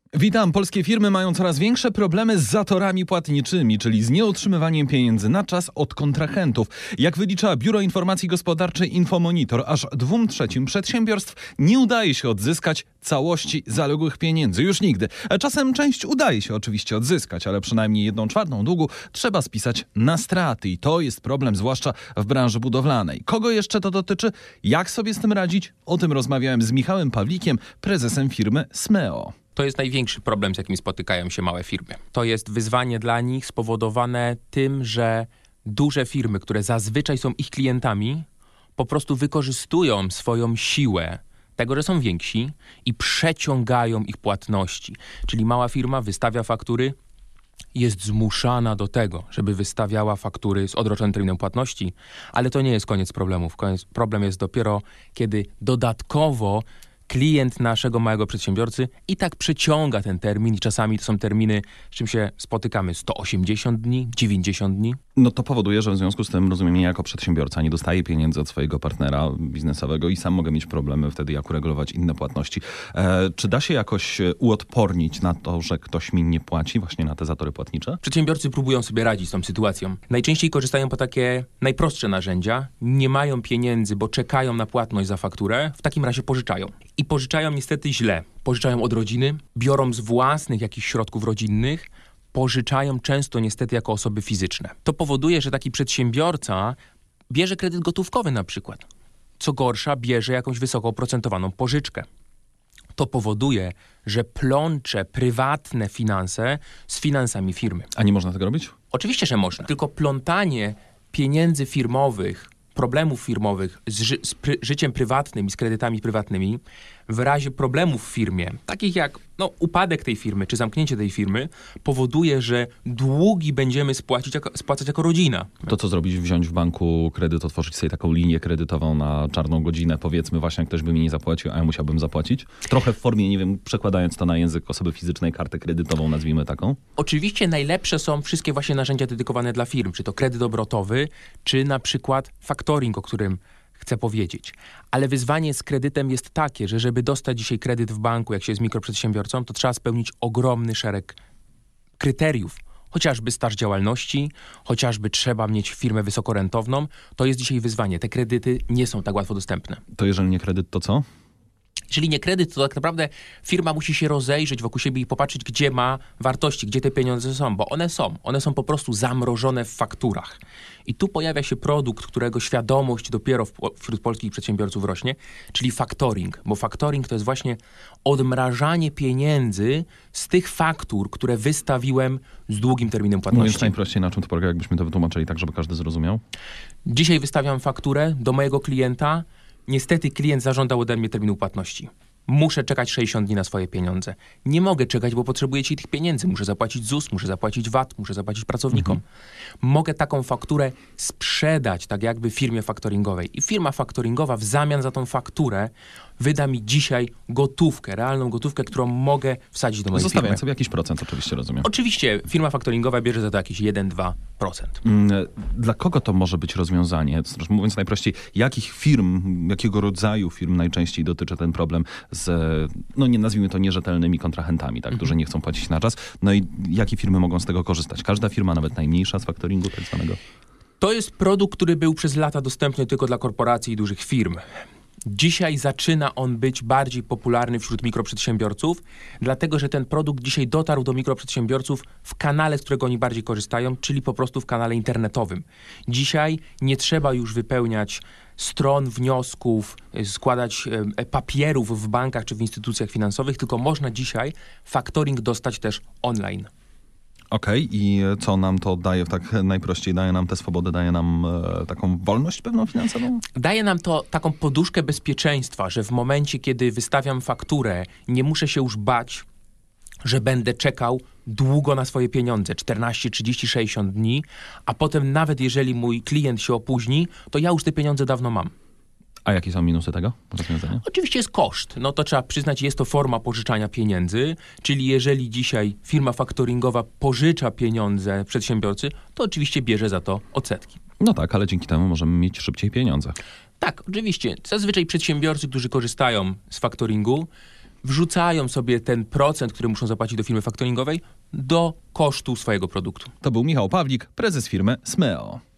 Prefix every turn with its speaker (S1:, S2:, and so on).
S1: Witam. Polskie firmy mają coraz większe problemy z zatorami płatniczymi, czyli z nieotrzymywaniem pieniędzy na czas od kontrahentów. Jak wylicza Biuro Informacji Gospodarczej Infomonitor, aż 2/3 przedsiębiorstw nie udaje się odzyskać całości zaległych pieniędzy. Już nigdy. Czasem część udaje się oczywiście odzyskać, ale przynajmniej 1/4 długu trzeba spisać na straty. I to jest problem zwłaszcza w branży budowlanej. Kogo jeszcze to dotyczy? Jak sobie z tym radzić? O tym rozmawiałem z Michałem Pawlikiem, prezesem firmy Smeo.
S2: To jest największy problem, z jakim spotykają się małe firmy. To jest wyzwanie dla nich spowodowane tym, że duże firmy, które zazwyczaj są ich klientami, po prostu wykorzystują swoją siłę tego, że są więksi i przeciągają ich płatności. Czyli mała firma wystawia faktury, jest zmuszana do tego, żeby wystawiała faktury z odroczonym terminem płatności, ale to nie jest koniec problemów. Problem jest dopiero, kiedy dodatkowo klient naszego małego przedsiębiorcy i tak przeciąga ten termin i czasami to są terminy, z czym się spotykamy 180 dni, 90 dni.
S1: No to powoduje, że w związku z tym, rozumiem, jako przedsiębiorca nie dostaję pieniędzy od swojego partnera biznesowego i sam mogę mieć problemy wtedy, jak uregulować inne płatności. Czy da się jakoś uodpornić na to, że ktoś mi nie płaci właśnie na te zatory płatnicze?
S2: Przedsiębiorcy próbują sobie radzić z tą sytuacją. Najczęściej korzystają po takie najprostsze narzędzia. Nie mają pieniędzy, bo czekają na płatność za fakturę. W takim razie pożyczają. I pożyczają niestety źle. Pożyczają od rodziny, biorą z własnych jakichś środków rodzinnych, pożyczają często niestety jako osoby fizyczne. To powoduje, że taki przedsiębiorca bierze kredyt gotówkowy na przykład. Co gorsza, bierze jakąś wysoko oprocentowaną pożyczkę. To powoduje, że plącze prywatne finanse z finansami firmy.
S1: A nie można tego robić?
S2: Oczywiście, że można. Tylko plątanie pieniędzy firmowych, problemów firmowych z życiem prywatnym i z kredytami prywatnymi w razie problemów w firmie, takich jak upadek tej firmy czy zamknięcie tej firmy, powoduje, że długi będziemy spłacać jako rodzina.
S1: To co zrobić? Wziąć w banku kredyt, otworzyć sobie taką linię kredytową na czarną godzinę, powiedzmy właśnie, jak ktoś by mi nie zapłacił, a ja musiałbym zapłacić? Trochę w formie, nie wiem, przekładając to na język osoby fizycznej, kartę kredytową, nazwijmy taką.
S2: Oczywiście najlepsze są wszystkie właśnie narzędzia dedykowane dla firm, czy to kredyt obrotowy, czy na przykład faktoring, o którym chcę powiedzieć. Ale wyzwanie z kredytem jest takie, że żeby dostać dzisiaj kredyt w banku, jak się jest mikroprzedsiębiorcą, to trzeba spełnić ogromny szereg kryteriów. Chociażby staż działalności, chociażby trzeba mieć firmę wysokorentowną. To jest dzisiaj wyzwanie. Te kredyty nie są tak łatwo dostępne.
S1: To jeżeli nie kredyt, to co?
S2: Jeżeli nie kredyt, to tak naprawdę firma musi się rozejrzeć wokół siebie i popatrzeć, gdzie ma wartości, gdzie te pieniądze są, bo one są. One są po prostu zamrożone w fakturach. I tu pojawia się produkt, którego świadomość dopiero wśród polskich przedsiębiorców rośnie, czyli faktoring. Bo faktoring to jest właśnie odmrażanie pieniędzy z tych faktur, które wystawiłem z długim terminem płatności.
S1: No jest najprościej, na czym to polega, jakbyśmy to wytłumaczyli tak, żeby każdy zrozumiał?
S2: Dzisiaj wystawiam fakturę do mojego klienta. Niestety klient zażądał ode mnie terminu płatności. Muszę czekać 60 dni na swoje pieniądze. Nie mogę czekać, bo potrzebuję ci tych pieniędzy. Muszę zapłacić ZUS, muszę zapłacić VAT, muszę zapłacić pracownikom. Mogę taką fakturę sprzedać tak jakby firmie faktoringowej. I firma faktoringowa w zamian za tą fakturę wyda mi dzisiaj gotówkę, realną gotówkę, którą mogę wsadzić do mojej firmy.
S1: Zostawiając sobie jakiś procent, oczywiście, rozumiem.
S2: Oczywiście firma faktoringowa bierze za to jakieś 1-2%.
S1: Dla kogo to może być rozwiązanie? Mówiąc najprościej, jakich firm, jakiego rodzaju firm najczęściej dotyczy ten problem z, nie nazwijmy to nierzetelnymi kontrahentami, tak, którzy nie chcą płacić na czas. No i jakie firmy mogą z tego korzystać? Każda firma, nawet najmniejsza z faktoringu tak zwanego?
S2: To jest produkt, który był przez lata dostępny tylko dla korporacji i dużych firm. Dzisiaj zaczyna on być bardziej popularny wśród mikroprzedsiębiorców, dlatego że ten produkt dzisiaj dotarł do mikroprzedsiębiorców w kanale, z którego oni bardziej korzystają, czyli po prostu w kanale internetowym. Dzisiaj nie trzeba już wypełniać stron, wniosków, składać papierów w bankach czy w instytucjach finansowych, tylko można dzisiaj faktoring dostać też online.
S1: Okej, i co nam to daje tak najprościej? Daje nam tę swobodę, daje nam taką wolność pewną finansową?
S2: Daje nam to taką poduszkę bezpieczeństwa, że w momencie, kiedy wystawiam fakturę, nie muszę się już bać, że będę czekał długo na swoje pieniądze, 14, 30, 60 dni, a potem nawet jeżeli mój klient się opóźni, to ja już te pieniądze dawno mam.
S1: A jakie są minusy tego rozwiązania?
S2: Oczywiście jest koszt. To trzeba przyznać, jest to forma pożyczania pieniędzy, czyli jeżeli dzisiaj firma faktoringowa pożycza pieniądze przedsiębiorcy, to oczywiście bierze za to odsetki.
S1: No tak, ale dzięki temu możemy mieć szybciej pieniądze.
S2: Tak, oczywiście. Zazwyczaj przedsiębiorcy, którzy korzystają z faktoringu, wrzucają sobie ten procent, który muszą zapłacić do firmy faktoringowej, do kosztu swojego produktu.
S1: To był Michał Pawlik, prezes firmy Smeo.